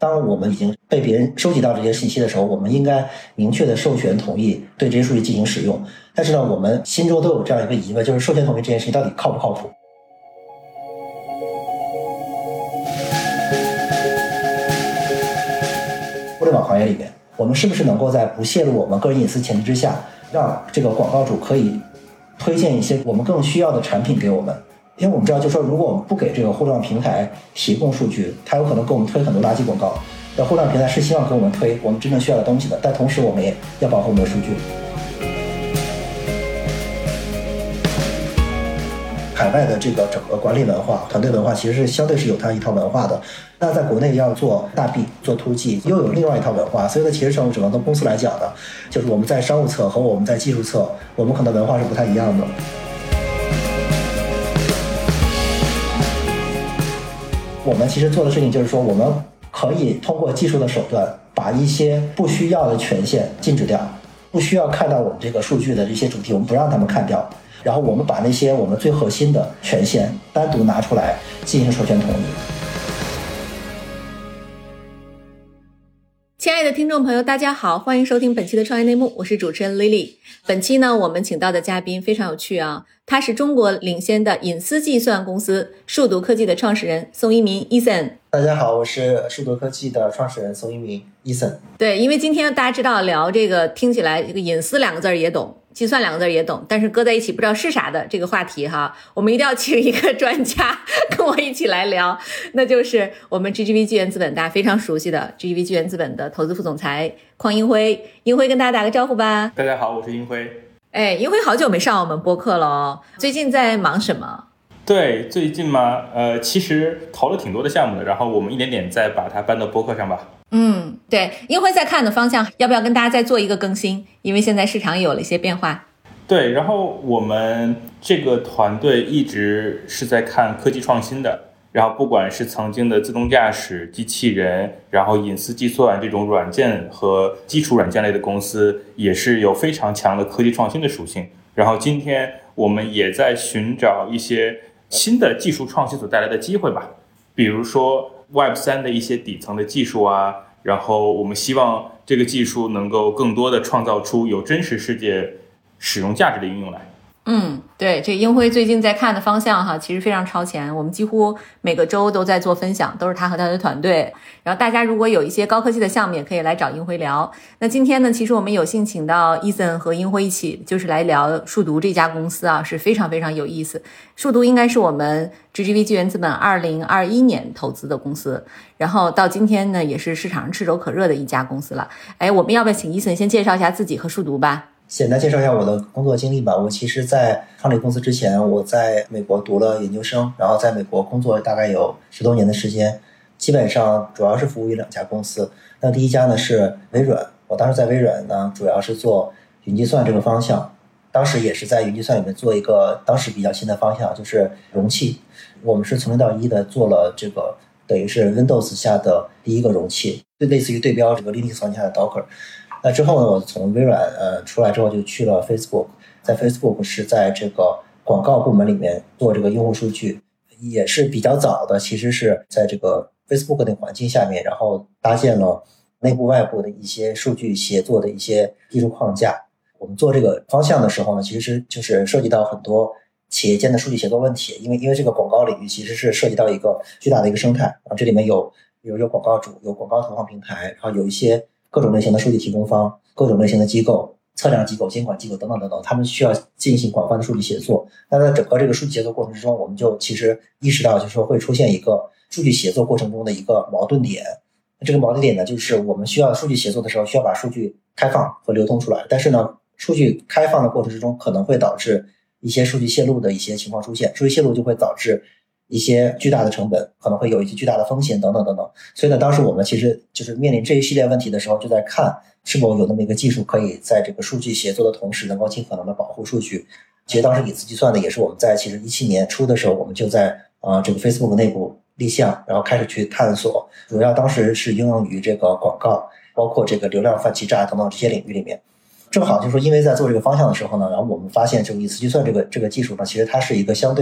当我们已经被别人收集到这些信息的时候，我们应该明确的授权同意对这些数据进行使用。但是呢，我们心中都有这样一个疑问，就是授权同意这件事情到底靠不靠谱？互联网行业里面，我们是不是能够在不泄露我们个人隐私前提之下，让这个广告主可以推荐一些我们更需要的产品给我们？因为我们知道，就是说，如果我们不给这个互联网平台提供数据，它有可能给我们推很多垃圾广告。但互联网平台是希望给我们推我们真正需要的东西的，但同时我们也要保护我们的数据。海外的这个整个管理文化、团队文化其实是相对是有它一套文化的。那在国内要做大 B、做 2G， 又有另外一套文化。所以呢，其实从整个公司来讲呢，就是我们在商务侧和我们在技术侧，我们可能文化是不太一样的。我们其实做的事情就是说，我们可以通过技术的手段，把一些不需要的权限禁止掉，不需要看到我们这个数据的这些主题，我们不让他们看掉。然后我们把那些我们最核心的权限单独拿出来进行授权同意。 亲爱的听众朋友，大家好，欢迎收听本期的创业内幕，我是主持人 Lily。 本期呢，我们请到的嘉宾非常有趣啊，他是中国领先的隐私计算公司数读科技的创始人宋一鸣 Ethan。 大家好，我是数读科技的创始人宋一鸣 Ethan。 对，因为今天大家知道聊这个听起来这个隐私两个字也懂，计算两个字也懂，但是搁在一起不知道是啥的这个话题哈，我们一定要请一个专家跟我一起来聊，那就是我们 GGV 纪元资本大家非常熟悉的 GGV 纪元资本的投资副总裁邝英辉。英辉跟大家打个招呼吧。 大家好，我是英辉。 英辉好久没上我们播客了哦，最近在忙什么？ 对，最近嘛，其实投了挺多的项目的，然后我们一点点再把它搬到播客上吧。 对，英辉在看的方向要不要跟大家再做一个更新？因为现在市场有了一些变化。 对，然后我们这个团队一直是在看科技创新的，然后不管是曾经的自动驾驶、机器人，然后隐私计算这种软件和基础软件类的公司，也是有非常强的科技创新的属性。然后今天我们也在寻找一些新的技术创新所带来的机会吧，比如说 Web3 的一些底层的技术啊，然后我们希望这个技术能够更多的创造出有真实世界使用价值的应用来。 对，这英辉最近在看的方向哈，其实非常超前，我们几乎每个周都在做分享，都是他和他的团队。然后大家如果有一些高科技的项目，也可以来找英辉聊。那今天呢，其实我们有幸请到 Ethan 和英辉一起，就是来聊数读这家公司啊，是非常非常有意思。数读应该是我们 GGV 纪元资本2021年投资的公司，然后到今天呢，也是市场上炙手可热的一家公司了。我们要不要请 Ethan 先介绍一下自己和数读吧？ 简单介绍一下我的工作经历吧。我其实在创立公司之前，我在美国读了研究生，然后在美国工作大概有10多年的时间，基本上主要是服务于2家公司。那第一家呢是微软，我当时在微软呢主要是做云计算这个方向，当时也是在云计算里面做一个当时比较新的方向，就是容器。我们是从0到1的做了这个等于是 Windows 下的第一个容器，就类似于对标这个 Linux 环境下的 Docker。那之后呢，我从微软出来之后就去了 Facebook， 在 Facebook 是在这个广告部门里面做这个用户数据，也是比较早的，其实是在这个 Facebook 的环境下面，然后搭建了内部外部的一些数据协作的一些技术框架。我们做这个方向的时候呢，其实就是涉及到很多企业间的数据协作问题，因为这个广告领域其实是涉及到一个巨大的一个生态，然后这里面有广告主，有广告投放平台，然后有一些各种类型的数据提供方，各种类型的机构，测量机构、监管机构等等等等，他们需要进行广泛的数据协作。那在整个这个数据协作过程之中，我们就其实意识到，就是说会出现一个数据协作过程中的一个矛盾点。这个矛盾点呢，就是我们需要数据协作的时候，需要把数据开放和流通出来，但是呢，数据开放的过程之中可能会导致一些数据泄露的一些情况出现，数据泄露就会导致一些巨大的成本，可能会有一些巨大的风险等等等等。所以呢，当时我们其实就是面临这一系列问题的时候，就在看是否有那么一个技术可以在这个数据协作的同时能够尽可能的保护数据。其实当时隐私计算呢，也是我们在其实17年初的时候，我们就在这个 Facebook 内部立项，然后开始去探索，主要当时是应用于这个广告，包括这个流量反欺诈等等这些领域里面。正好就是说，因为在做这个方向的时候呢，然后我们发现这个隐私计算这个技术呢，其实它是一个相对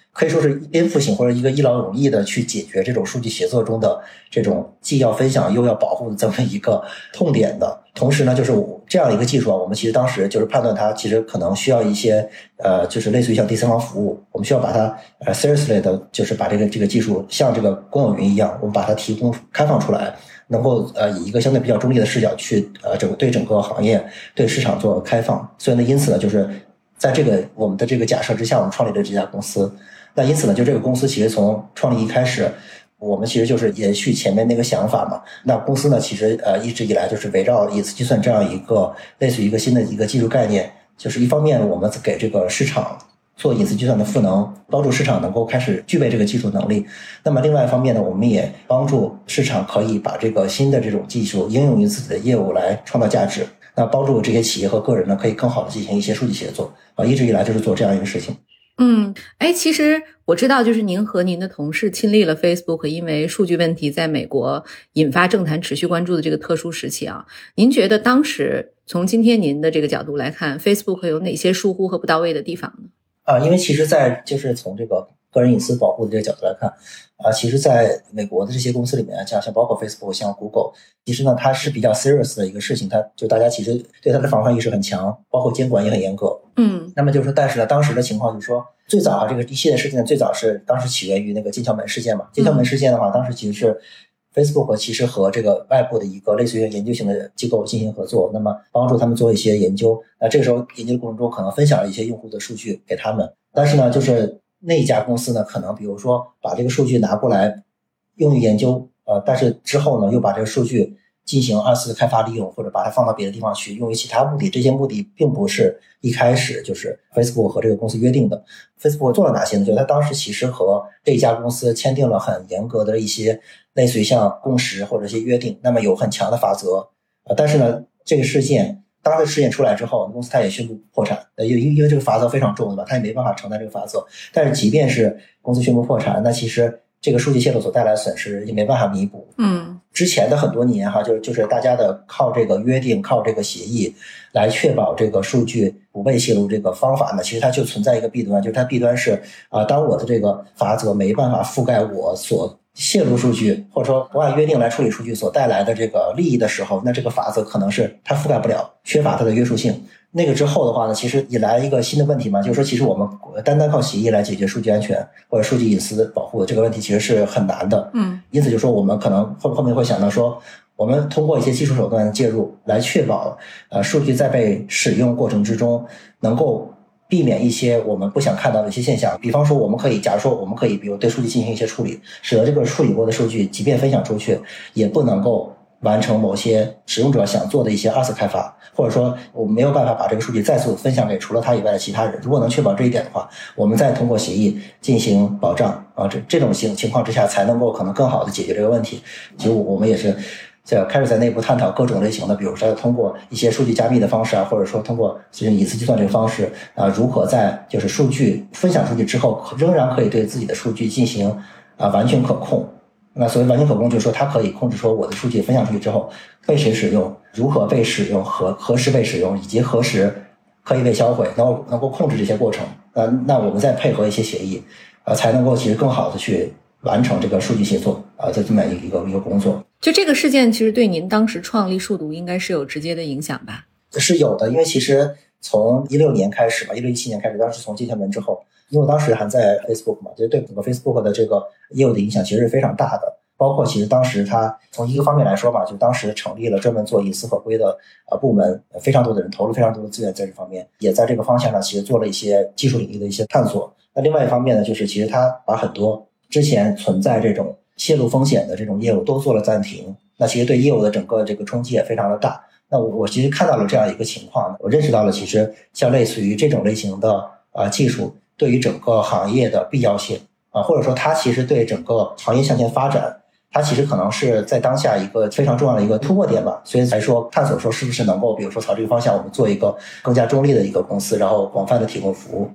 可以说是颠覆性或者一个一劳永逸的去解决这种数据协作中的这种既要分享又要保护的这么一个痛点的。同时呢，就是这样一个技术啊，我们其实当时就是判断它其实可能需要一些就是类似于像第三方服务，我们需要把它seriously 的，就是把这个技术像这个公有云一样，我们把它提供开放出来，能够以一个相对比较中立的视角去对整个行业对市场做开放。所以呢，因此呢，就是在我们的这个假设之下，我们创立了这家公司。那因此呢，就这个公司其实从创立一开始，我们其实就是延续前面那个想法嘛。那公司呢，其实一直以来就是围绕隐私计算这样一个类似于一个新的一个技术概念，就是一方面我们给这个市场做隐私计算的赋能，帮助市场能够开始具备这个技术能力。那么另外一方面呢，我们也帮助市场可以把这个新的这种技术应用于自己的业务来创造价值。那帮助这些企业和个人呢，可以更好的进行一些数据协作一直以来就是做这样一个事情。 其实我知道，就是您和您的同事亲历了 Facebook 因为数据问题在美国引发政坛持续关注的这个特殊时期啊。您觉得当时从今天您的这个角度来看 ，Facebook 有哪些疏忽和不到位的地方呢？ 因为其实就是从这个个人隐私保护的这个角度来看其实在美国的这些公司里面，像包括 Facebook 像 Google， 其实呢它是比较 serious 的一个事情，它就大家其实对它的防范意识很强，包括监管也很严格。那么就是说，但是呢当时的情况就是说，最早这个一系列事件最早是当时起源于那个金桥门事件嘛。金桥门事件的话，当时其实是 Facebook 其实和这个外部的一个类似于研究型的机构进行合作，那么帮助他们做一些研究。那这个时候研究的过程中可能分享了一些用户的数据给他们，但是呢就是那家公司呢可能比如说把这个数据拿过来用于研究但是之后呢又把这个数据进行二次开发利用，或者把它放到别的地方去用于其他目的。这些目的并不是一开始就是 Facebook 和这个公司约定的。 Facebook 做了哪些呢？就是他当时其实和这家公司签订了很严格的一些类似于像共识或者一些约定，那么有很强的法则但是呢这个事件当时事件出来之后，公司它也宣布破产因为这个罚则非常重，对吧？它也没办法承担这个罚则。但是即便是公司宣布破产，那其实这个数据泄露所带来的损失也没办法弥补。之前的很多年就是大家的靠这个约定靠这个协议来确保这个数据不被泄露这个方法呢，其实它就存在一个弊端，就是它弊端是当我的这个罚则没办法覆盖我所泄露数据或者说不按约定来处理数据所带来的这个利益的时候，那这个法则可能是它覆盖不了，缺乏它的约束性。那个之后的话呢，其实引来一个新的问题嘛，就是说其实我们单靠协议来解决数据安全或者数据隐私保护这个问题其实是很难的。因此就说我们可能后面会想到说，我们通过一些技术手段介入来确保数据在被使用过程之中能够避免一些我们不想看到的一些现象。比方说假如说我们可以比如对数据进行一些处理，使得这个处理过的数据即便分享出去也不能够完成某些使用者想做的一些二次开发，或者说我们没有办法把这个数据再次分享给除了他以外的其他人。如果能确保这一点的话，我们再通过协议进行保障这种情况之下才能够可能更好的解决这个问题。其实我们也是开始在内部探讨各种类型的，比如说通过一些数据加密的方式或者说通过隐私计算这个方式如何在就是数据分享出去之后仍然可以对自己的数据进行完全可控。那所谓完全可控就是说它可以控制说我的数据分享出去之后被谁使用，如何被使用，何时被使用，以及何时可以被销毁，能够控制这些过程那我们再配合一些协议才能够其实更好的去完成这个数据协作在这么一个工作。 就这个事件其实对您当时创立数独应该是有直接的影响吧？ 是有的，因为其实从16年开始16-17年开始，当时从金桥门之后，因为我当时还在 Facebook 嘛，就是对整个 Facebook 的这个业务的影响其实是非常大的。包括其实当时他从一个方面来说嘛，就当时成立了专门做隐私合规的部门，非常多的人投入非常多的资源在这方面，也在这个方向上其实做了一些技术领域的一些探索。那另外一方面呢，就是其实他把很多之前存在这种泄露风险的这种业务都做了暂停，那其实对业务的整个这个冲击也非常的大。那我其实看到了这样一个情况，我认识到了其实像类似于这种类型的技术对于整个行业的必要性或者说它其实对整个行业向前发展，它其实可能是在当下一个非常重要的一个突破点吧。所以才说探索说是不是能够比如说朝这个方向我们做一个更加中立的一个公司，然后广泛的提供服务。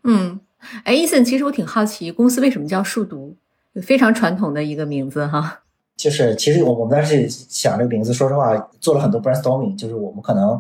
Ethan， 其实我挺好奇公司为什么叫数独，非常传统的一个名字哈。就是其实我们当时想这个名字，说实话做了很多 brainstorming， 就是我们可能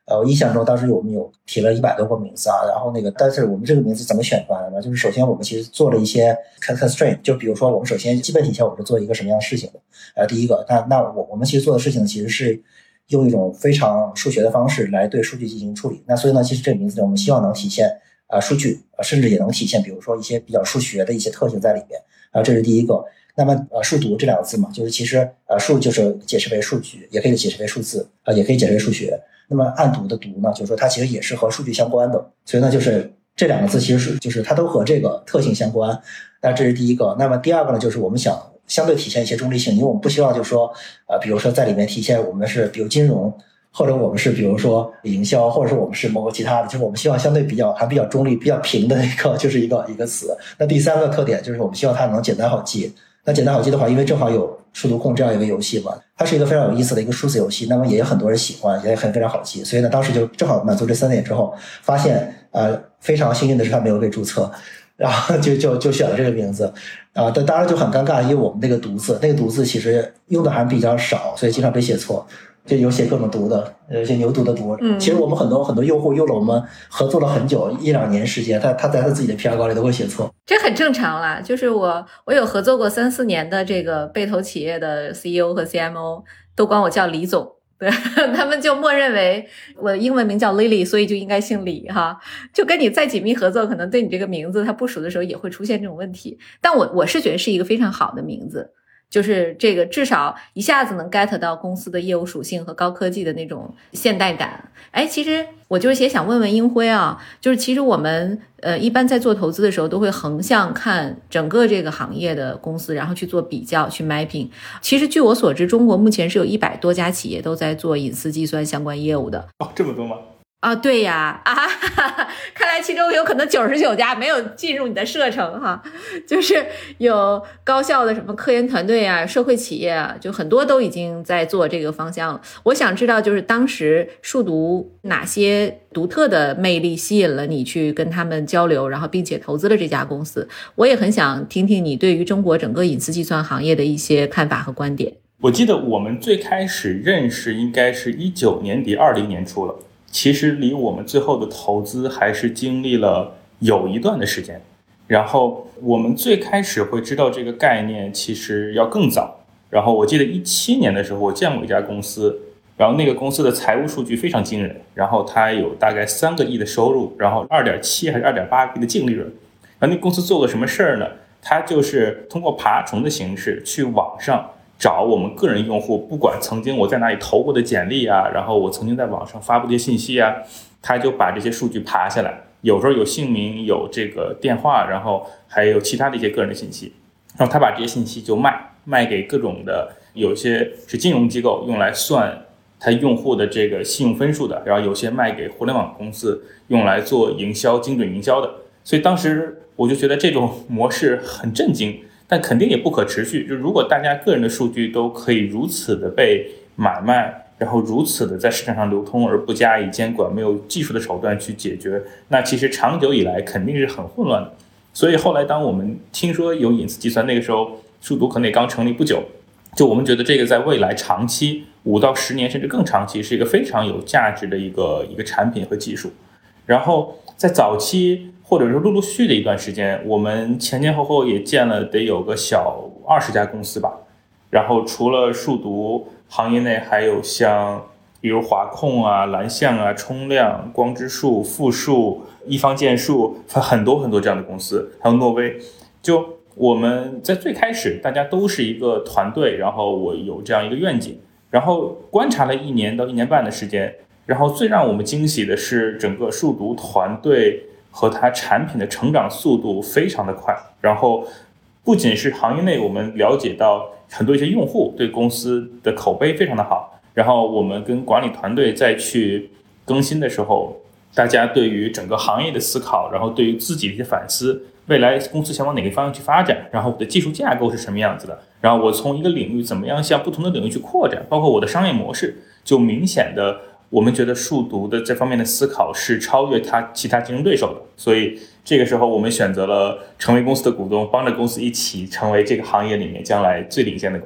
我印象中当时我们有提了100多个名字啊，然后但是我们这个名字怎么选出来的呢？就是首先我们其实做了一些 constraint， 就比如说我们首先基本体现我们是做一个什么样的事情的。第一个，那我们其实做的事情其实是用一种非常数学的方式来对数据进行处理。那所以呢，其实这个名字呢，我们希望能体现数据，甚至也能体现比如说一些比较数学的一些特性在里面。这是第一个。那么数独这2个字嘛，就是其实数就是解释为数据，也可以解释为数字，也可以解释为数学。那么暗读的读呢，就是说它其实也是和数据相关的，所以呢，就是这2个字其实是就是它都和这个特性相关。那这是第一个。那么第二个呢，就是我们想相对体现一些中立性，因为我们不希望就是说比如说在里面体现我们是比如金融，或者我们是比如说营销，或者是我们是某个其他的，就是我们希望相对比较中立、比较平的就是一个词。那第三个特点就是我们希望它能简单好记。那简单好记的话，因为正好有数独控这样一个游戏嘛，它是一个非常有意思的一个数字游戏，那么也有很多人喜欢，也非常好记。所以呢，当时就正好满足这3点之后，发现非常幸运的是它没有被注册，然后就选了这个名字但当然就很尴尬，因为我们那个独字其实用的还比较少，所以经常被写错。就有写各种读的，有些牛读的读。其实我们很多用户用了我们合作了很久1-2年时间，他在他自己的 PR 稿里都会写错， 这很正常啦。就是我有合作过3-4年的这个被投企业的 CEO 和 CMO 都管我叫李总，对，他们就默认为我的英文名叫 Lily， 所以就应该姓李哈。就跟你再紧密合作，可能对你这个名字他部署的时候也会出现这种问题。但我是觉得是一个非常好的名字。就是这个至少一下子能 get 到公司的业务属性和高科技的那种现代感。其实我就是也想问问英辉啊，就是其实我们一般在做投资的时候都会横向看整个这个行业的公司，然后去做比较去 mapping。其实据我所知，中国目前是有100多家企业都在做隐私计算相关业务的。 这么多吗？ 对呀，看来其中有可能99家没有进入你的射程哈，就是有高校的什么科研团队啊、社会企业啊，就很多都已经在做这个方向了。我想知道，就是当时数独哪些独特的魅力吸引了你去跟他们交流，然后并且投资了这家公司。我也很想听听你对于中国整个隐私计算行业的一些看法和观点。 我记得我们最开始认识应该是19年底20年初了。其实离我们最后的投资还是经历了有一段的时间，然后我们最开始会知道这个概念其实要更早。然后我记得17年的时候我见过一家公司，然后那个公司的财务数据非常惊人，然后它有大概3个亿的收入，然后2.7还是2.8亿的净利润。然后那公司做了什么事儿呢？它就是通过爬虫的形式去网上找我们个人用户，不管曾经我在哪里投过的简历啊，然后我曾经在网上发布的信息啊，他就把这些数据爬下来，有时候有姓名，有这个电话，然后还有其他的一些个人的信息，然后他把这些信息就卖给各种的，有些是金融机构用来算他用户的这个信用分数的，然后有些卖给互联网公司用来做营销、精准营销的。所以当时我就觉得这种模式很震惊，但肯定也不可持续。就如果大家个人的数据都可以如此的被买卖，然后如此的在市场上流通而不加以监管，没有技术的手段去解决，那其实长久以来肯定是很混乱的。所以后来当我们听说有隐私计算，那个时候数独可能也刚成立不久，就我们觉得这个在未来长期5到10年甚至更长期是一个非常有价值的一个产品和技术。然后在早期或者是陆陆续续的一段时间，我们前后也建了得有个小20家公司吧。然后除了数独，行业内还有像比如华控啊、蓝象啊、冲量、光之数、富数、一方建数，很多很多这样的公司，还有诺威。就我们在最开始大家都是一个团队，然后我有这样一个愿景，然后观察了1年到1年半的时间，然后最让我们惊喜的是整个数独团队和它产品的成长速度非常的快。然后不仅是行业内我们了解到很多一些用户对公司的口碑非常的好，然后我们跟管理团队再去更新的时候，大家对于整个行业的思考，然后对于自己的一些反思，未来公司想往哪个方向去发展，然后我的技术架构是什么样子的，然后我从一个领域怎么样向不同的领域去扩展，包括我的商业模式，就明显的我们觉得数独的这方面的思考是超越其他竞争对手的。所以这个时候我们选择了成为公司的股东，帮着公司一起成为这个行业里面将来最领先的公司。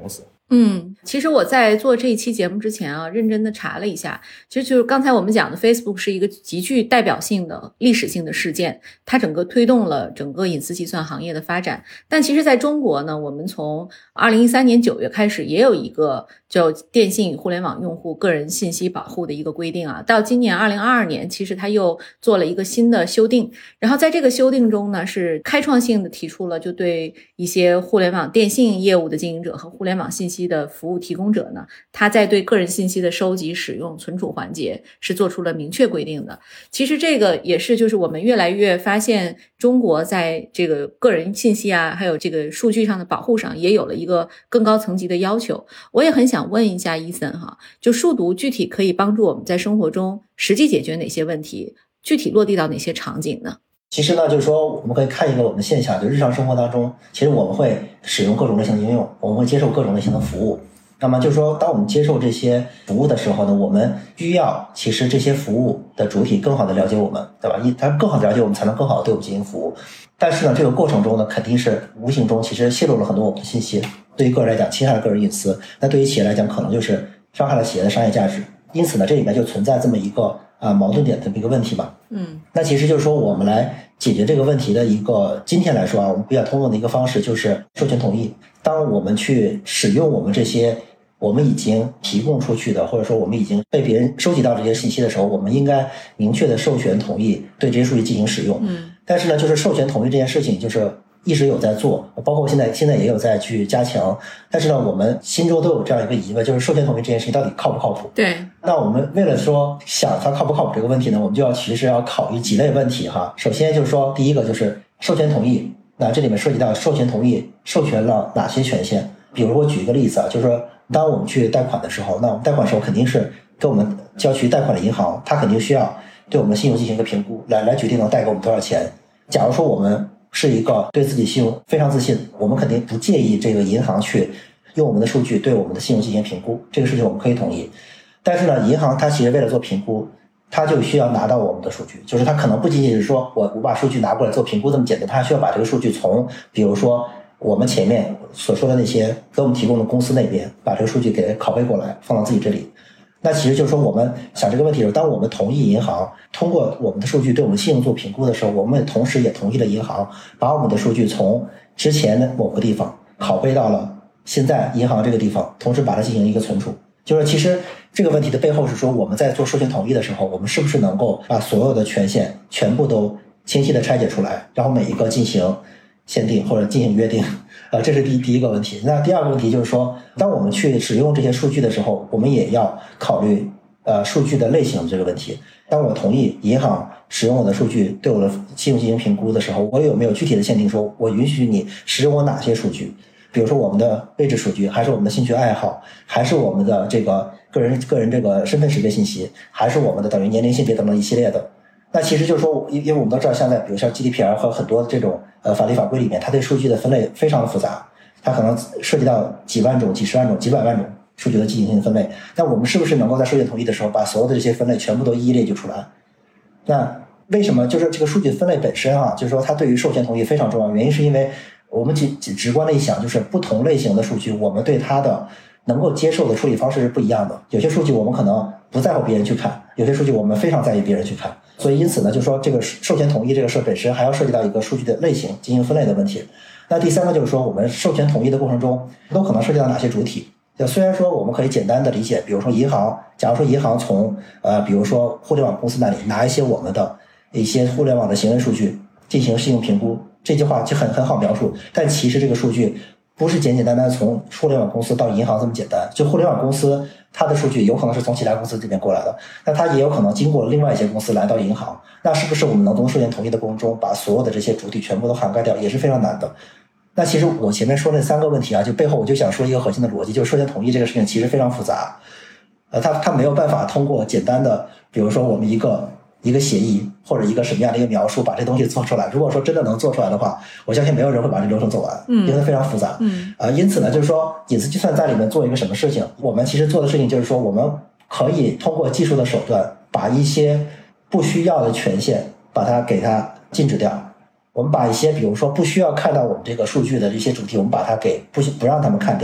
其实我在做这一期节目之前啊，认真的查了一下，其实就是刚才我们讲的 Facebook 是一个极具代表性的历史性的事件，它整个推动了整个隐私计算行业的发展。但其实在中国呢，我们从2013年9月开始也有一个叫电信与互联网用户个人信息保护的一个规定啊，到今年2022年，其实它又做了一个新的修订，然后在这个修订中呢，是开创性的提出了就对一些互联网电信业务的经营者和互联网信息的服务提供者呢，他在对个人信息的收集、使用、存储环节是做出了明确规定的。其实这个也是就是我们越来越发现中国在这个个人信息啊，还有这个数据上的保护上也有了一个更高层级的要求。我也很想问一下伊森哈，就数独具体可以帮助我们在生活中实际解决哪些问题，具体落地到哪些场景呢？ 其实呢，就是说我们可以看一个我们的现象，就日常生活当中，其实我们会使用各种类型的应用，我们会接受各种类型的服务。那么就是说，当我们接受这些服务的时候呢，我们需要其实这些服务的主体更好的了解我们，对吧？他更好的了解我们，才能更好的对我们进行服务。但是呢，这个过程中呢，肯定是无形中其实泄露了很多我们的信息，对于个人来讲侵害了个人隐私，那对于企业来讲可能就是伤害了企业的商业价值。因此呢，这里面就存在这么一个矛盾点的一个问题吧。那其实就是说我们来解决这个问题的一个，今天来说啊，我们比较通用的一个方式就是授权同意。当我们去使用我们这些我们已经提供出去的，或者说我们已经被别人收集到这些信息的时候，我们应该明确的授权同意对这些数据进行使用。但是呢，就是授权同意这件事情就是一直有在做，包括现在也有在去加强。但是呢，我们心中都有这样一个疑问，就是授权同意这件事情到底靠不靠谱？ 对。 那我们为了说想它靠不靠谱这个问题呢，我们就其实要考虑几类问题哈。首先就是说，第一个就是授权同意，那这里面涉及到授权同意授权了哪些权限？比如我举一个例子啊，就是说当我们去贷款的时候，那我们贷款的时候肯定是跟我们郊区贷款的银行，它肯定需要对我们的信用进行一个评估，来决定能贷给我们多少钱。假如说我们是一个对自己信用非常自信，我们肯定不介意这个银行去用我们的数据对我们的信用进行评估，这个事情我们可以同意。但是呢，银行它其实为了做评估，它就需要拿到我们的数据，就是它可能不仅仅是说我把数据拿过来做评估这么简单，它还需要把这个数据从比如说我们前面所说的那些给我们提供的公司那边把这个数据给拷贝过来放到自己这里。那其实就是说我们想这个问题的时候，当我们同意银行通过我们的数据对我们信用做评估的时候，我们同时也同意了银行把我们的数据从之前的某个地方拷贝到了现在银行这个地方，同时把它进行一个存储。就是其实这个问题的背后是说，我们在做授权同意的时候，我们是不是能够把所有的权限全部都清晰的拆解出来，然后每一个进行限定或者进行约定。这是第一个问题。那第二个问题就是说，当我们去使用这些数据的时候，我们也要考虑数据的类型这个问题。当我同意银行使用我的数据对我的信用进行评估的时候，我有没有具体的限定说我允许你使用我哪些数据？比如说我们的位置数据，还是我们的兴趣爱好，还是我们的这个个人这个身份识别信息，还是我们的等于年龄性别等等一系列的。那其实就是说，因为我们都知道，比如像 GDPR 和很多这种法律法规里面，它对数据的分类非常的复杂，它可能涉及到几万种、几十万种、几百万种数据的进行分类。那我们是不是能够在授权同意的时候，把所有的这些分类全部都一一列举出来？那为什么就是这个数据分类本身啊，就是说它对于授权同意非常重要？原因是因为我们直观的一想，就是不同类型的数据，我们对它的能够接受的处理方式是不一样的。有些数据我们可能不在乎别人去看，有些数据我们非常在意别人去看。所以因此呢，就是说这个授权同意这个事本身还要涉及到一个数据的类型进行分类的问题。那第三个就是说，我们授权同意的过程中都可能涉及到哪些主体？虽然说我们可以简单的理解，比如说银行，假如说银行从比如说互联网公司那里拿一些我们的一些互联网的行为数据进行信用评估，这句话就很好描述。但其实这个数据不是简简单单从互联网公司到银行这么简单，就互联网公司它的数据有可能是从其他公司这边过来的，那它也有可能经过另外一些公司来到银行。那是不是我们能从授权同意的过程中把所有的这些主体全部都涵盖掉，也是非常难的。那其实我前面说那三个问题啊，就背后我就想说一个核心的逻辑，就是授权同意这个事情其实非常复杂，它没有办法通过简单的，比如说我们一个协议或者一个什么样的一个描述把这东西做出来。如果说真的能做出来的话，我相信没有人会把这流程走完，因为它非常复杂。因此呢，就是说隐私计算在里面做一个什么事情，我们其实做的事情就是说，我们可以通过技术的手段把一些不需要的权限给它禁止掉。我们把一些比如说不需要看到我们这个数据的一些主题，我们把它给不让他们看掉。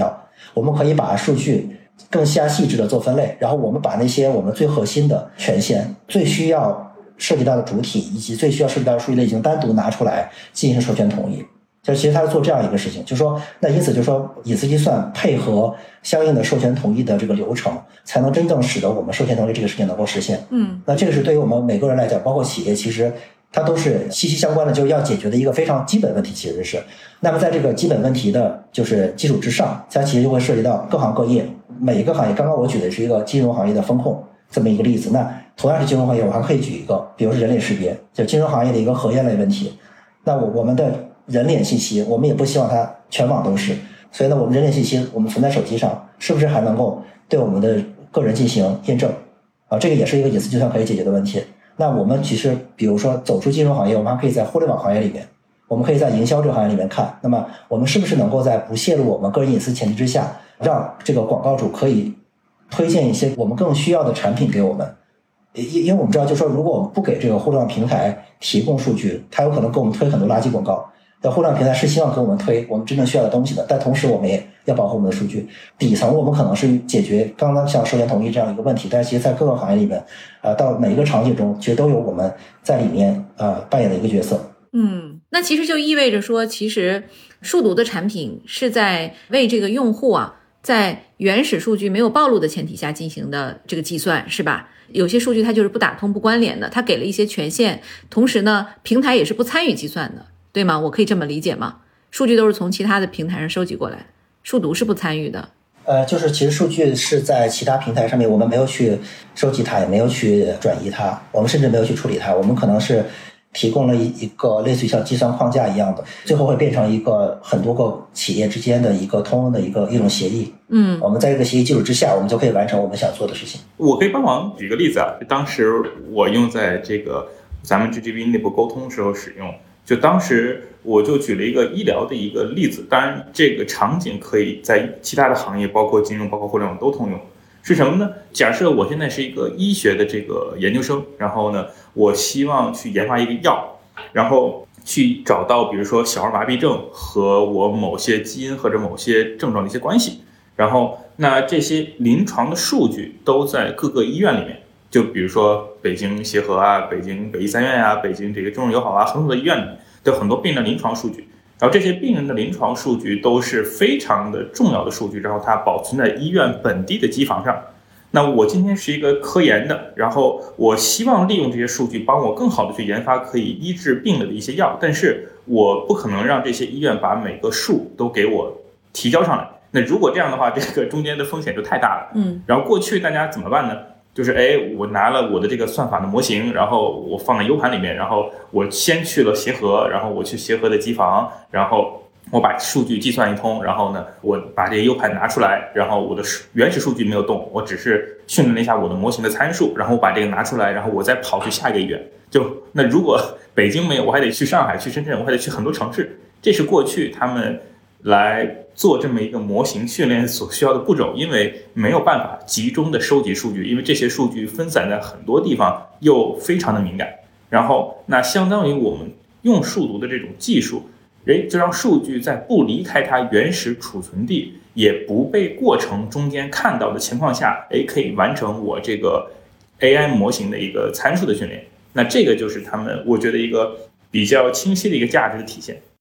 我们可以把数据更加细致的做分类，然后我们把那些我们最核心的权限、最需要涉及到的主体以及最需要涉及到的数据类型单独拿出来进行授权同意。就其实它是做这样一个事情，就是说，那因此就是说，隐私计算配合相应的授权同意的这个流程，才能真正使得我们授权同意这个事情能够实现。那这个是对于我们每个人来讲，包括企业，其实它都是息息相关的，就是要解决的一个非常基本问题，其实是。那么在这个基本问题的就是基础之上，它其实就会涉及到各行各业，每一个行业。刚刚我举的是一个金融行业的风控这么一个例子，那同样是金融行业，我还可以举一个，比如说人脸识别，就金融行业的一个核验类问题。那我们的人脸信息，我们也不希望它全网都是，所以呢，我们人脸信息我们存在手机上，是不是还能够对我们的个人进行验证啊？这个也是一个隐私计算可以解决的问题。那我们其实比如说走出金融行业，我们还可以在互联网行业里面，我们可以在营销这个行业里面看，那么我们是不是能够在不泄露我们个人隐私前提之下，让这个广告主可以推荐一些我们更需要的产品给我们。因为我们知道，就是说，如果我们不给这个互联网平台提供数据，它有可能给我们推很多垃圾广告。但互联网平台是希望给我们推我们真正需要的东西的，但同时我们也要保护我们的数据。底层我们可能是解决刚刚像授权同意这样一个问题，但是其实在各个行业里面，到每一个场景中，其实都有我们在里面扮演的一个角色。 那其实就意味着说，其实数独的产品是在为这个用户在原始数据没有暴露的前提下进行的这个计算，是吧？有些数据它就是不打通不关联的，它给了一些权限，同时呢，平台也是不参与计算的，对吗？我可以这么理解吗？数据都是从其他的平台上收集过来，数独是不参与的。 就是其实数据是在其他平台上面，我们没有去收集它，也没有去转移它，我们甚至没有去处理它，我们可能是提供了一个类似于像计算框架一样的，最后会变成一个很多个企业之间的一个通用的一种协议。我们在这个协议基础之下，我们就可以完成我们想做的事情。 我可以帮忙举个例子当时我用在这个咱们 GGB 内部沟通时候使用，就当时我就举了一个医疗的一个例子，当然这个场景可以在其他的行业，包括金融，包括互联网都通用。是什么呢？假设我现在是一个医学的这个研究生，然后呢，我希望去研发一个药，然后去找到比如说小儿麻痹症和我某些基因或者某些症状的一些关系，然后那这些临床的数据都在各个医院里面，就比如说北京协和北京北医三院北京这个中日友好很多的医院里面都有很多病人临床数据，然后这些病人的临床数据都是非常的重要的数据，然后它保存在医院本地的机房上。那我今天是一个科研的，然后我希望利用这些数据帮我更好的去研发可以医治病了的一些药，但是我不可能让这些医院把每个数都给我提交上来。那如果这样的话，这个中间的风险就太大了。然后过去大家怎么办呢？就是我拿了我的这个算法的模型，然后我放在 U 盘里面，然后我先去了协和，然后我去协和的机房，然后我把数据计算一通，然后呢，我把这个 U 盘拿出来，然后我的原始数据没有动，我只是训练了一下我的模型的参数，然后我把这个拿出来，然后我再跑去下一个医院。那如果北京没有，我还得去上海、去深圳，我还得去很多城市。这是过去他们来做这么一个模型训练所需要的步骤，因为没有办法集中的收集数据，因为这些数据分散在很多地方又非常的敏感。然后那相当于我们用数独的这种技术，就让数据在不离开它原始储存地，也不被过程中间看到的情况下，可以完成我这个 AI 模型的一个参数的训练。那这个就是他们我觉得一个比较清晰的一个价值的体现。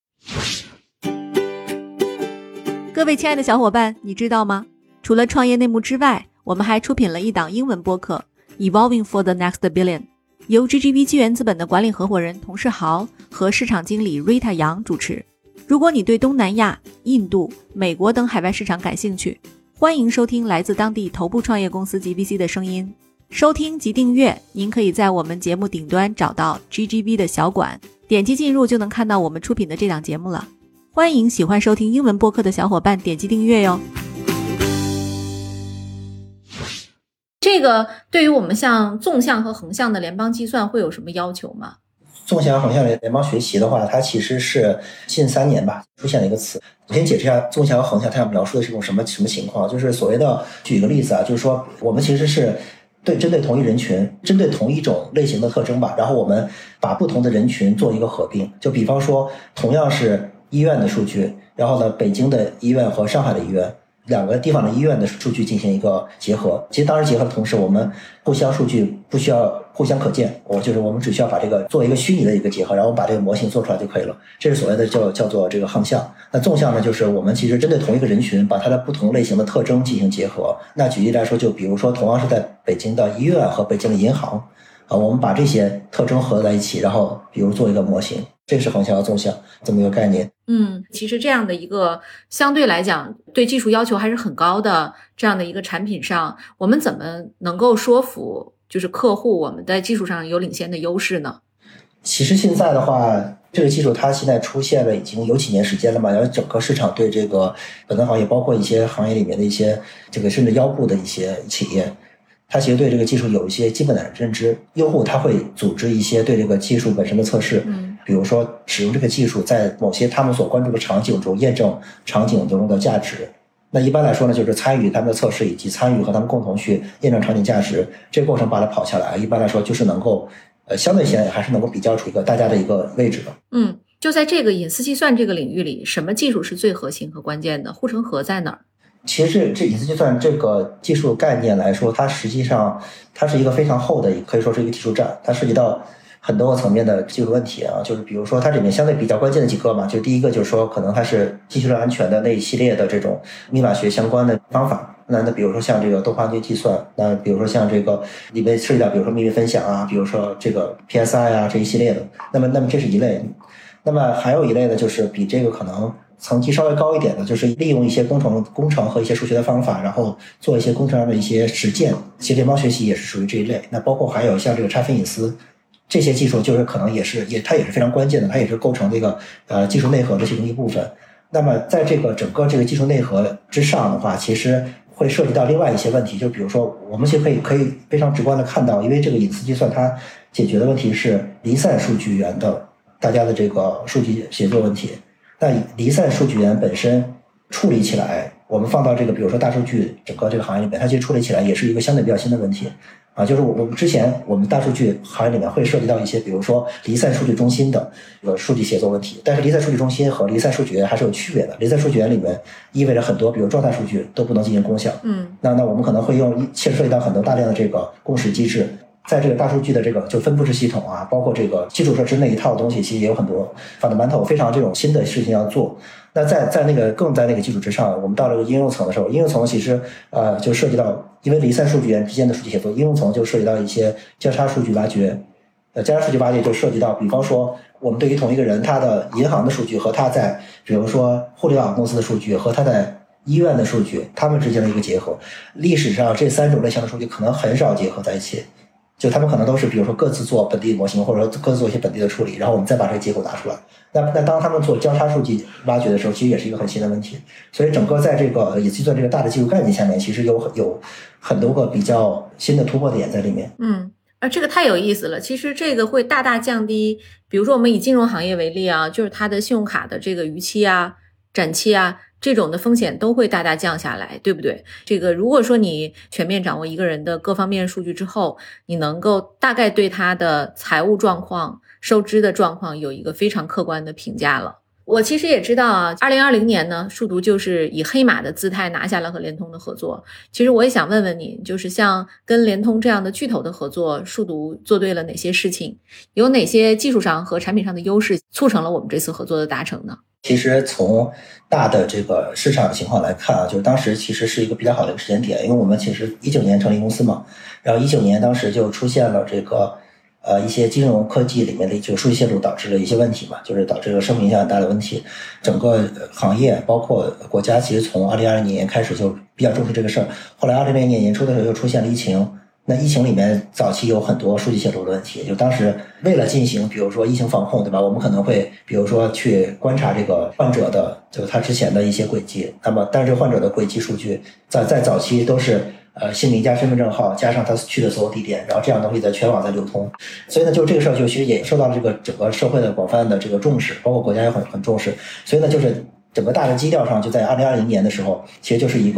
各位亲爱的小伙伴，你知道吗？除了创业内幕之外，我们还出品了一档英文播客 Evolving for the Next Billion， 由 GGB 纪元资本的管理合伙人童世豪和市场经理 Rita 杨主持。如果你对东南亚、印度、美国等海外市场感兴趣，欢迎收听来自当地头部创业公司 GBC 的声音。收听及订阅，您可以在我们节目顶端找到 GGB 的小馆，点击进入就能看到我们出品的这档节目了。欢迎喜欢收听英文播客的小伙伴点击订阅哟。这个对于我们像纵向和横向的联邦计算会有什么要求吗？ 纵向横向联邦学习的话，它其实是近3年吧出现了一个词。我先解释一下纵向和横向它要描述的是一种什么情况，就是所谓的，举一个例子就是说我们其实是针对同一人群，针对同一种类型的特征吧，然后我们把不同的人群做一个合并。就比方说同样是医院的数据，然后呢，北京的医院和上海的医院， 两个地方的医院的数据进行一个结合。其实当时结合的同时，我们互相数据不需要互相可见，我们只需要把这个做一个虚拟的一个结合，然后把这个模型做出来就可以了。这是所谓的叫做这个横向。那纵向呢，就是我们其实针对同一个人群，把它的不同类型的特征进行结合。那举例来说，就比如说同样是在北京的医院和北京的银行我们把这些特征合在一起，然后比如做一个模型，这是横向和纵向这么一个概念。 其实这样的一个相对来讲对技术要求还是很高的这样的一个产品上，我们怎么能够说服就是客户我们在技术上有领先的优势呢？ 其实现在的话，这个技术它现在出现了已经有几年时间了嘛，然后整个市场对这个本能行业，包括一些行业里面的一些这个甚至腰部的一些企业，它其实对这个技术有一些基本的认知。用户他会组织一些对这个技术本身的测试，比如说使用这个技术在某些他们所关注的场景中验证场景中的价值。那一般来说呢，就是参与他们的测试以及参与和他们共同去验证场景价值，这个过程把它跑下来，一般来说就是能够相对现在还是能够比较出一个大家的一个位置的。 就在这个隐私计算这个领域里，什么技术是最核心和关键的？护城河在哪儿？ 其实这隐私计算这个技术概念来说，它实际上它是一个非常厚的，可以说是一个技术栈，它涉及到很多个层面的技术问题啊，就是比如说它里面相对比较关键的几个嘛，就第一个就是说可能它是信息流安全的那一系列的这种密码学相关的方法。那比如说像这个多环节计算，那比如说像这个里面涉及到比如说秘密分享啊，比如说这个 PSI 啊这一系列的，那么这是一类。那么还有一类呢，就是比这个可能层级稍微高一点的，就是利用一些工程和一些数学的方法，然后做一些工程上的一些实践。其实联邦学习也是属于这一类。那包括还有像这个差分隐私这些技术，就是可能它也是非常关键的，它也是构成这个技术内核的其中一部分。那么在这个整个这个技术内核之上的话，其实会涉及到另外一些问题，就比如说我们其实可以非常直观的看到，因为这个隐私计算它解决的问题是离散数据源的大家的这个数据协作问题。那离散数据源本身处理起来，我们放到这个比如说大数据整个这个行业里面，它其实处理起来也是一个相对比较新的问题就是我们之前我们大数据行业里面会涉及到一些比如说离散数据中心的数据协作问题，但是离散数据中心和离散数据源还是有区别的。离散数据源里面意味着很多比如状态数据都不能进行共享，那我们可能会涉及到很多大量的这个共识机制。在这个大数据的这个就分布式系统包括这个基础设施那一套东西，其实也有很多 fundamental 非常这种新的事情要做。那在那个基础之上，我们到了应用层的时候，应用层其实就涉及到，因为离散数据源之间的数据协作，应用层就涉及到一些交叉数据挖掘。交叉数据挖掘就涉及到，比方说我们对于同一个人他的银行的数据和他在比如说互联网公司的数据和他在医院的数据，他们之间的一个结合。历史上这三种类型的数据可能很少结合在一起。就他们可能都是比如说各自做本地模型，或者说各自做一些本地的处理，然后我们再把这个结果拿出来。那当他们做交叉数据挖掘的时候，其实也是一个很新的问题。所以整个在这个隐私计算这个大的技术概念下面，其实有很多个比较新的突破点在里面。 这个太有意思了。其实这个会大大降低，比如说我们以金融行业为例就是它的信用卡的这个逾期展期这种的风险都会大大降下来，对不对？这个如果说你全面掌握一个人的各方面数据之后，你能够大概对他的财务状况、收支的状况有一个非常客观的评价了。我其实也知道2020年呢，数独就是以黑马的姿态拿下了和联通的合作。其实我也想问问你，就是像跟联通这样的巨头的合作，数独做对了哪些事情？有哪些技术上和产品上的优势促成了我们这次合作的达成呢？ 其实从大的这个市场情况来看就是当时其实是一个比较好的一个时间点，因为我们其实19年成立公司嘛，然后19年当时就出现了这个一些金融科技里面的这个数据泄露导致了一些问题嘛，就是导致了社会影响很大的问题。整个行业包括国家其实从2020年开始就比较重视这个事儿，后来2020年年初的时候又出现了疫情。那疫情里面早期有很多数据泄露的问题，就当时为了进行比如说疫情防控，对吧，我们可能会比如说去观察这个患者的就他之前的一些轨迹，那么但是患者的轨迹数据在早期都是姓名加身份证号加上他去的所有地点，然后这样东西在全网在流通。所以呢就这个事儿就其实也受到这个整个社会的广泛的这个重视，包括国家也很重视。所以呢就是整个大的基调上就在2020年的时候，其实就是一个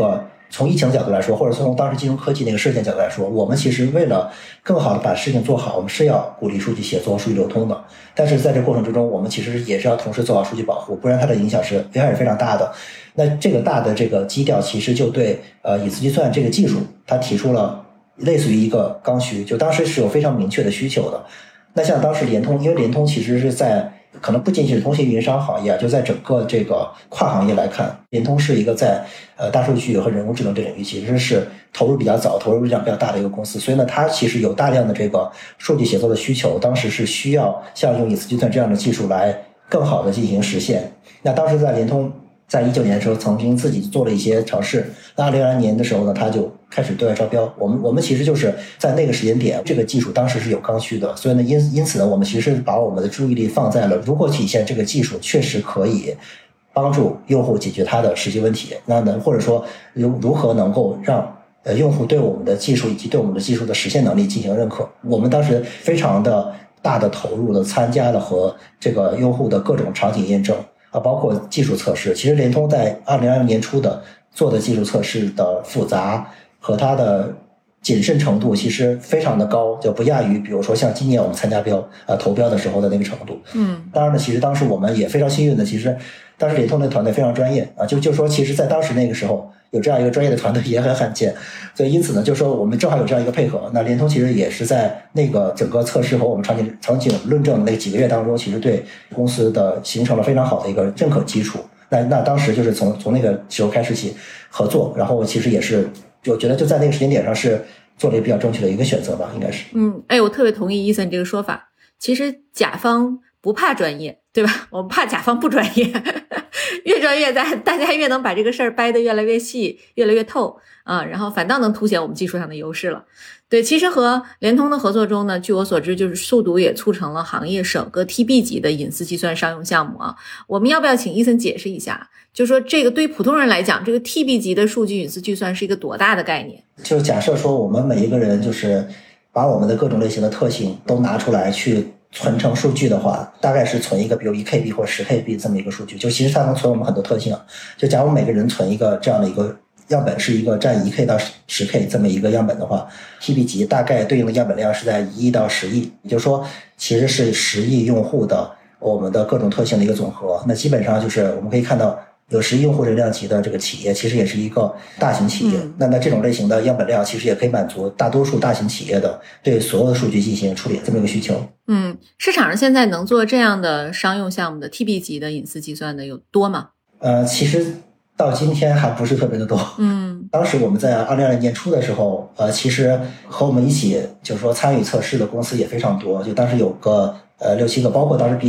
从疫情的角度来说，或者从当时金融科技那个事件角度来说，我们其实为了更好的把事情做好，我们是要鼓励数据协作、数据流通的。但是在这过程之中，我们其实也是要同时做好数据保护，不然它的影响是非常大的。那这个大的这个基调，其实就对隐私计算这个技术，它提出了类似于一个刚需，就当时是有非常明确的需求的。那像当时联通，因为联通其实是在可能不仅仅是通信运营商行业，就在整个这个跨行业来看，联通是一个在大数据和人工智能这领域其实是投入比较早、投入量比较大的一个公司，所以呢，它其实有大量的这个数据协作的需求，当时是需要像用隐私计算这样的技术来更好的进行实现。那当时在联通在19年的时候曾经自己做了一些尝试，那2020年的时候呢，他就开始对外招标。我们其实就是在那个时间点，这个技术当时是有刚需的，所以呢，因此呢，我们其实把我们的注意力放在了如何体现这个技术确实可以帮助用户解决他的实际问题，那能或者说如何能够让用户对我们的技术以及对我们的技术的实现能力进行认可。我们当时非常的大的投入的参加了和这个用户的各种场景验证包括技术测试。其实联通在2020年初的做的技术测试的复杂和它的谨慎程度其实非常的高，就不亚于比如说像今年我们参加投标的时候的那个程度。当然呢，其实当时我们也非常幸运的，其实当时联通的团队非常专业就说其实在当时那个时候有这样一个专业的团队也很罕见，所以因此呢，就说我们正好有这样一个配合。那联通其实也是在那个整个测试和我们场景论证的那几个月当中，其实对公司的形成了非常好的一个认可基础。那当时就是从那个时候开始起合作，然后其实也是我觉得就在那个时间点上是做了一个比较正确的一个选择吧，应该是。 我特别同意伊森这个说法。其实甲方不怕专业，对吧？我们怕甲方不专业。越专业大家越能把这个事儿掰得越来越细越来越透然后反倒能凸显我们技术上的优势了。对，其实和联通的合作中呢，据我所知就是数独也促成了行业首个 TB 级的隐私计算商用项目我们要不要请伊森解释一下，就说这个对于普通人来讲，这个 TB 级的数据隐私计算是一个多大的概念？ 就假设说我们每一个人就是把我们的各种类型的特性都拿出来去存成数据的话，大概是存一个比如 1KB 或 10KB 这么一个数据，就其实它能存我们很多特性就假如每个人存一个这样的一个样本是一个占 1K 到 10K 这么一个样本的话， TB 级大概对应的样本量是在1亿到10亿，也就是说其实是10亿用户的我们的各种特性的一个总和。那基本上就是我们可以看到有10亿用户人量级的这个企业其实也是一个大型企业那这种类型的样本量其实也可以满足大多数大型企业的对所有的数据进行处理这么一个需求。 市场上现在能做这样的商用项目的 TB 级的隐私计算的有多吗？ 其实到今天还不是特别的多。当时我们在2020年初的时候其实和我们一起就是说参与测试的公司也非常多，就当时有个6-7个，包括当时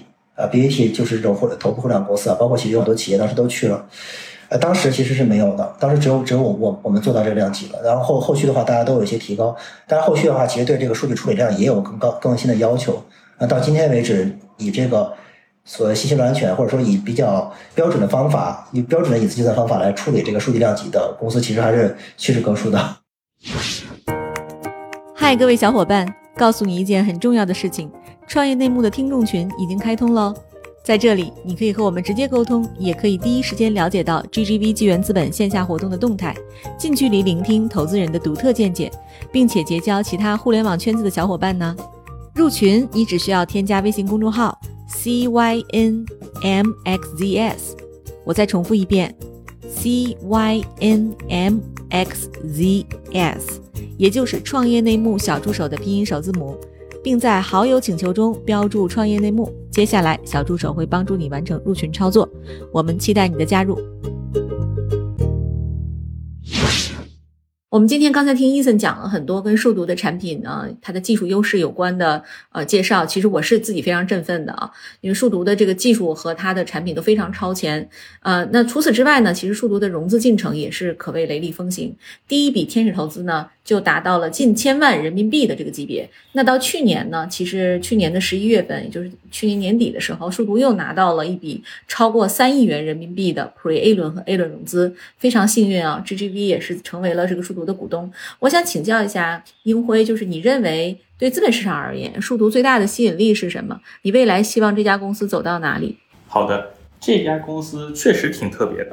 BAT 就是这种头部互联网公司包括其实有很多企业当时都去了。当时其实是没有的，当时只有我们做到这个量级了，然后后续的话大家都有一些提高，但是后续的话其实对这个数据处理量也有更新的要求。到今天为止，以这个所谓信息流安全或者说以比较标准的方法，以标准的隐私计算方法来处理这个数据量级的公司其实还是屈指可数的。 嗨，各位小伙伴，告诉你一件很重要的事情，创业内幕的听众群已经开通了在这里你可以和我们直接沟通，也可以第一时间了解到 GGV 纪元资本线下活动的动态，近距离聆听投资人的独特见解，并且结交其他互联网圈子的小伙伴呢。入群你只需要添加微信公众号 CYNMXZS， 我再重复一遍 CYNMXZS， 也就是创业内幕小助手的拼音首字母，并在好友请求中标注创业内幕，接下来小助手会帮助你完成入群操作，我们期待你的加入。我们今天刚才听伊森讲了很多跟数独的产品呢，它的技术优势有关的介绍，其实我是自己非常振奋的因为数独的这个技术和它的产品都非常超前。那除此之外呢，其实数独的融资进程也是可谓雷厉风行，第一笔天使投资呢就达到了近1000万人民币的这个级别。那到去年呢，其实去年的11月份，也就是去年年底的时候，数独又拿到了一笔超过3亿元人民币的 Pre-A 轮和 A 轮融资，非常幸运GGV 也是成为了这个数独的股东。我想请教一下英辉，就是你认为对资本市场而言，数独最大的吸引力是什么？你未来希望这家公司走到哪里？ 好的，这家公司确实挺特别的，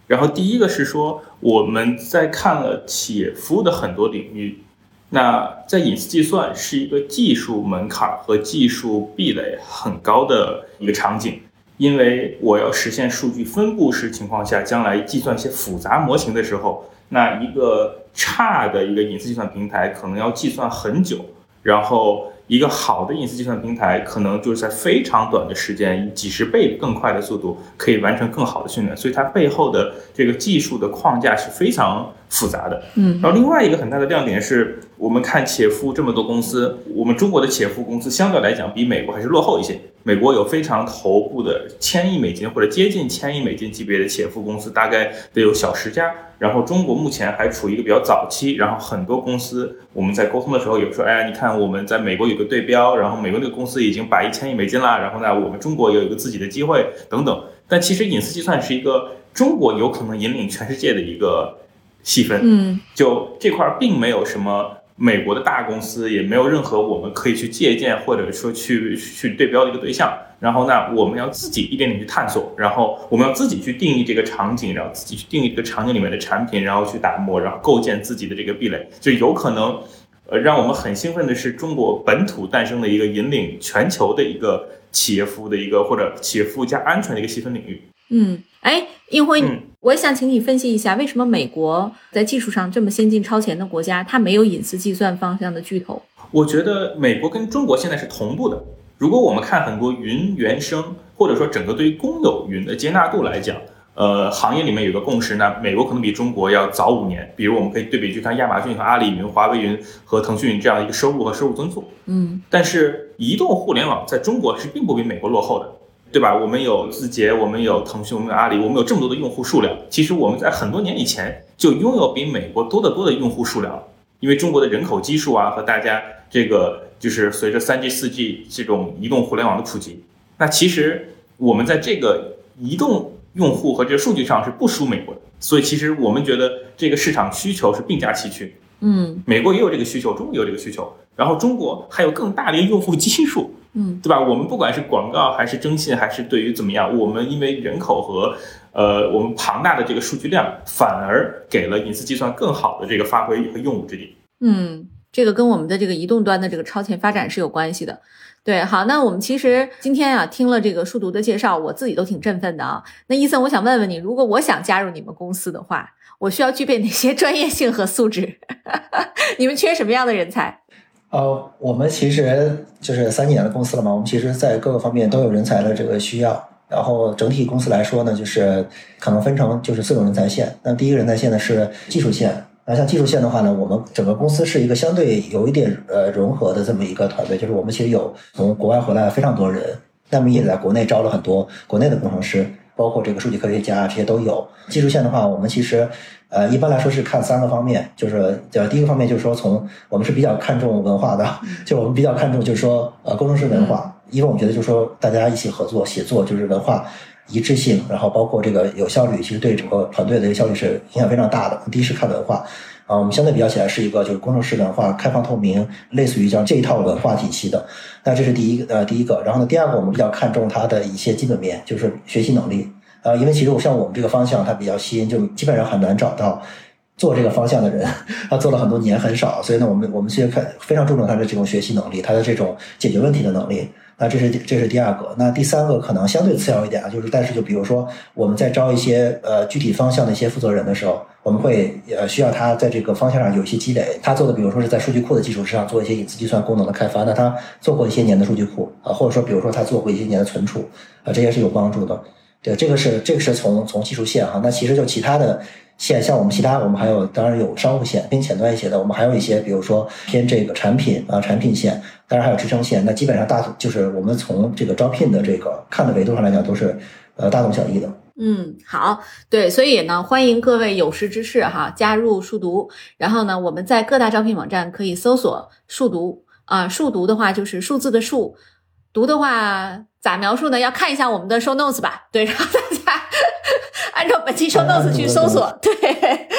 然后第一个是说，我们在看了企业服务的很多领域，那在隐私计算是一个技术门槛和技术壁垒很高的一个场景，因为我要实现数据分布式情况下，将来计算一些复杂模型的时候，那一个差的一个隐私计算平台可能要计算很久，然后一个好的隐私计算平台可能就是在非常短的时间，以几十倍更快的速度可以完成更好的训练，所以它背后的这个技术的框架是非常复杂的。然后另外一个很大的亮点是，我们看企业服务这么多公司，我们中国的企业服务公司相对来讲比美国还是落后一些。美国有非常头部的1000亿美金或者接近1000亿美金级别的企业服务公司，大概得有小10家。然后中国目前还处于一个比较早期，然后很多公司我们在沟通的时候也说，哎，你看我们在美国有个对标，然后美国那个公司已经100亿、1000亿美金了，然后呢，我们中国有一个自己的机会等等。但其实隐私计算是一个中国有可能引领全世界的一个细分，就这块并没有什么美国的大公司，也没有任何我们可以去借鉴或者说去对标的一个对象。然后呢，我们要自己一点点去探索，然后我们要自己去定义这个场景，然后自己去定义这个场景里面的产品，然后去打磨，然后构建自己的这个壁垒。就有可能让我们很兴奋的是，中国本土诞生的一个引领全球的一个企业服务的一个或者企业服务加安全的一个细分领域。 映辉，我也想请你分析一下，为什么美国在技术上这么先进超前的国家，它没有隐私计算方向的巨头？ 我觉得美国跟中国现在是同步的。如果我们看很多云原生，或者说整个对于公有云的接纳度来讲，行业里面有个共识呢，美国可能比中国要早5年。比如我们可以对比去看亚马逊和阿里云、华为云和腾讯云这样一个收入和收入增速。但是移动互联网在中国是并不比美国落后的。对吧？我们有字节，我们有腾讯，我们有阿里，我们有这么多的用户数量。其实我们在很多年以前就拥有比美国多得多的用户数量了，因为中国的人口基数啊和大家这个就是随着3G、4G 这种移动互联网的普及，那其实我们在这个移动用户和这个数据上是不输美国的。所以其实我们觉得这个市场需求是并驾齐驱。美国也有这个需求，中国也有这个需求，然后中国还有更大的用户基数。对吧？我们不管是广告还是征信，还是对于怎么样，我们因为人口和我们庞大的这个数据量，反而给了隐私计算更好的这个发挥和用武之地。 这个跟我们的这个移动端的这个超前发展是有关系的。对，好，那我们其实今天啊听了这个数独的介绍，我自己都挺振奋的啊。那伊森，我想问问你，如果我想加入你们公司的话，我需要具备哪些专业性和素质？你们缺什么样的人才？ 我们其实就是3年的公司了嘛，我们其实在各个方面都有人才的这个需要。然后整体公司来说呢，就是可能分成就是4种人才线。那第一个人才线呢是技术线。那像技术线的话呢，我们整个公司是一个相对有一点融合的这么一个团队，就是我们其实有从国外回来非常多人，那么也在国内招了很多国内的工程师，包括这个数据科学家这些都有。技术线的话，我们其实一般来说是看3个方面，就是第一个方面就是说我们是比较看重文化的，就我们比较看重就是说工程师文化，因为我们觉得就是说大家一起合作写作就是文化一致性，然后包括这个有效率，其实对整个团队的这个效率是影响非常大的。第一是看文化我们相对比较起来是一个就是工程师文化开放透明，类似于像这一套文化体系的。那这是第一个。然后呢，第二个我们比较看重它的一些基本面，就是学习能力。因为其实像我们这个方向它比较新，就基本上很难找到做这个方向的人，他做了很多年很少，所以呢，我们其实非常注重他的这种学习能力，他的这种解决问题的能力。那这是第二个。那第三个可能相对次要一点就是但是就比如说我们在招一些具体方向的一些负责人的时候，我们会需要他在这个方向上有一些积累。他做的比如说是在数据库的基础之上做一些隐私计算功能的开发，那他做过一些年的数据库或者说比如说他做过一些年的存储这些是有帮助的。对，这个是从技术线那其实就其他的线，像我们还有当然有商务线偏前端一些的，我们还有一些比如说偏这个产品线，当然还有支撑线。那基本上就是我们从这个招聘的这个看的维度上来讲都是大同小异的。 好，对，所以呢，欢迎各位有识之士加入数独。然后呢，我们在各大招聘网站可以搜索数独数独的话就是数字的数，读的话咋描述呢？要看一下我们的 show notes 吧。对，然后大家按照本期 show notes 去搜索。对，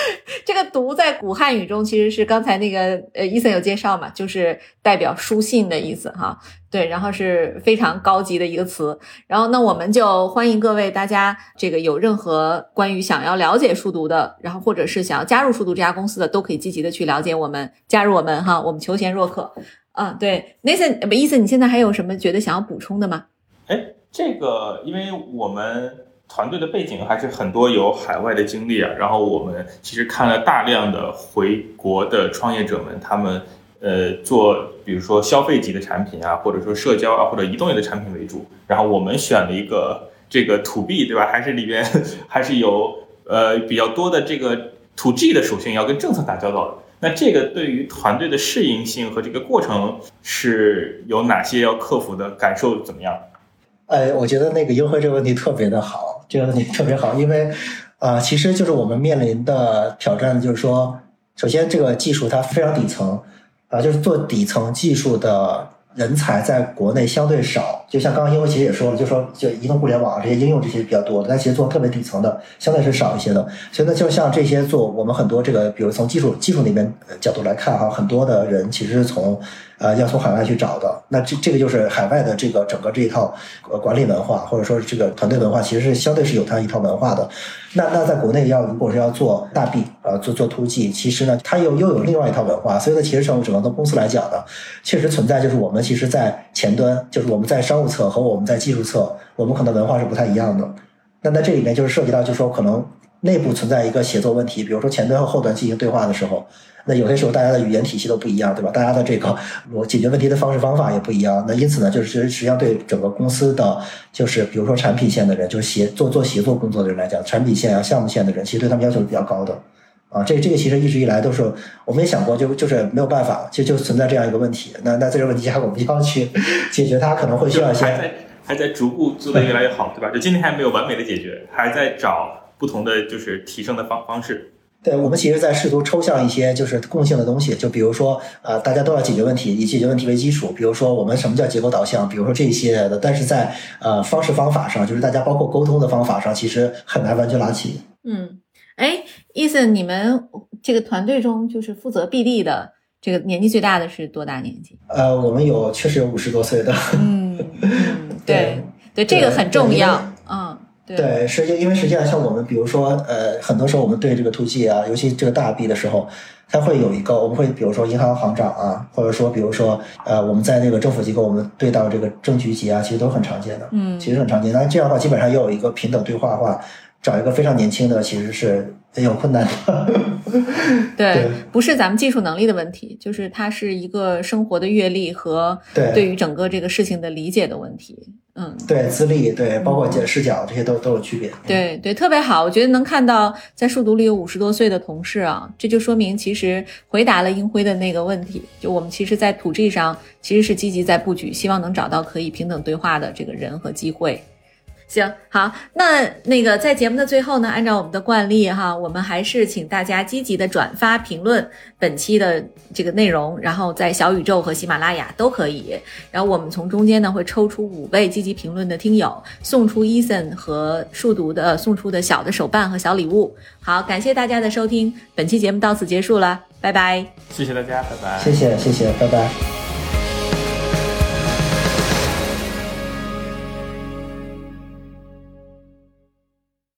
这个读在古汉语中其实是刚才那个伊森有介绍嘛，就是代表书信的意思哈。对，然后是非常高级的一个词。然后那我们就欢迎各位大家这个有任何关于想要了解数独的，然后或者是想要加入数独这家公司的，都可以积极的去了解我们，加入我们哈，我们求贤若渴。对 Nathan 伊森你现在还有什么觉得想要补充的吗？ 这个因为我们团队的背景还是很多有海外的经历啊，然后我们其实看了大量的回国的创业者们，他们做比如说消费级的产品啊，或者说社交啊，或者移动类的产品为主，然后我们选了一个这个 to B 对吧，还是里边还是有比较多的这个 to G 的属性要跟政策打交道的。那这个对于团队的适应性和这个过程是有哪些要克服的，感受怎么样？ 我觉得那个英辉这个问题特别的好，这个问题特别好，因为其实就是我们面临的挑战就是说，首先这个技术它非常底层就是做底层技术的人才在国内相对少，就像刚刚英辉其实也说了，就说就移动互联网这些应用这些比较多的，但其实做特别底层的相对是少一些的。所以呢，就像这些做我们很多这个，比如从技术那边角度来看哈，很多的人其实是从要从海外去找的。那这个就是海外的这个整个这一套管理文化，或者说这个团队文化，其实是相对是有它一套文化的。那在国内如果是要做大 B 做 to G， 其实呢它又有另外一套文化。所以呢，其实从整个公司来讲呢，确实存在就是我们其实在前端，就是我们在商务侧和我们在技术侧，我们可能文化是不太一样的。那在这里面就是涉及到就是说可能内部存在一个协作问题，比如说前端和后端进行对话的时候，那有些时候大家的语言体系都不一样，对吧？大家的这个解决问题的方式方法也不一样。那因此呢，就是实际上对整个公司的就是比如说产品线的人，就是做协作工作的人来讲，产品线项目线的人，其实对他们要求是比较高的。这个其实一直以来都是我们也想过，就是没有办法，就存在这样一个问题。那在这个问题下，我们要去解决它，可能会需要一些还在逐步做得越来越好，对吧？就今天还没有完美的解决，还在找不同的就是提升的方式。 对，我们其实在试图抽象一些就是共性的东西，就比如说大家都要解决问题，以解决问题为基础，比如说我们什么叫结构导向，比如说这些的，但是在方式方法上，就是大家包括沟通的方法上，其实很难完全拉齐。 伊森，你们这个团队中就是负责 BD 的这个年纪最大的是多大年纪？ 我们确实有50多岁的。 对，这个很重要。 对，因为实际上像我们比如说很多时候我们对这个 to G 尤其这个大 B 的时候，它会有一个我们会比如说银行行长或者说比如说我们在那个政府机构我们对到这个政局级其实都很常见的。其实很常见。那这样的话基本上又有一个平等对话的话，找一个非常年轻的其实是很有困难的。 对，不是咱们技术能力的问题，就是它是一个生活的阅历和对于整个这个事情的理解的问题。 对，资历，对，包括视角，这些都有区别。 对，特别好，我觉得能看到在数独里有50多岁的同事这就说明其实回答了英辉的那个问题，就我们其实在to G上其实是积极在布局，希望能找到可以平等对话的这个人和机会。行，好，那个在节目的最后呢，按照我们的惯例我们还是请大家积极的转发评论本期的这个内容，然后在小宇宙和喜马拉雅都可以，然后我们从中间呢会抽出5位积极评论的听友，送出Ethan和数独的送出的小的手办和小礼物。好，感谢大家的收听，本期节目到此结束了，拜拜。 谢谢大家，拜拜。 谢谢，拜拜。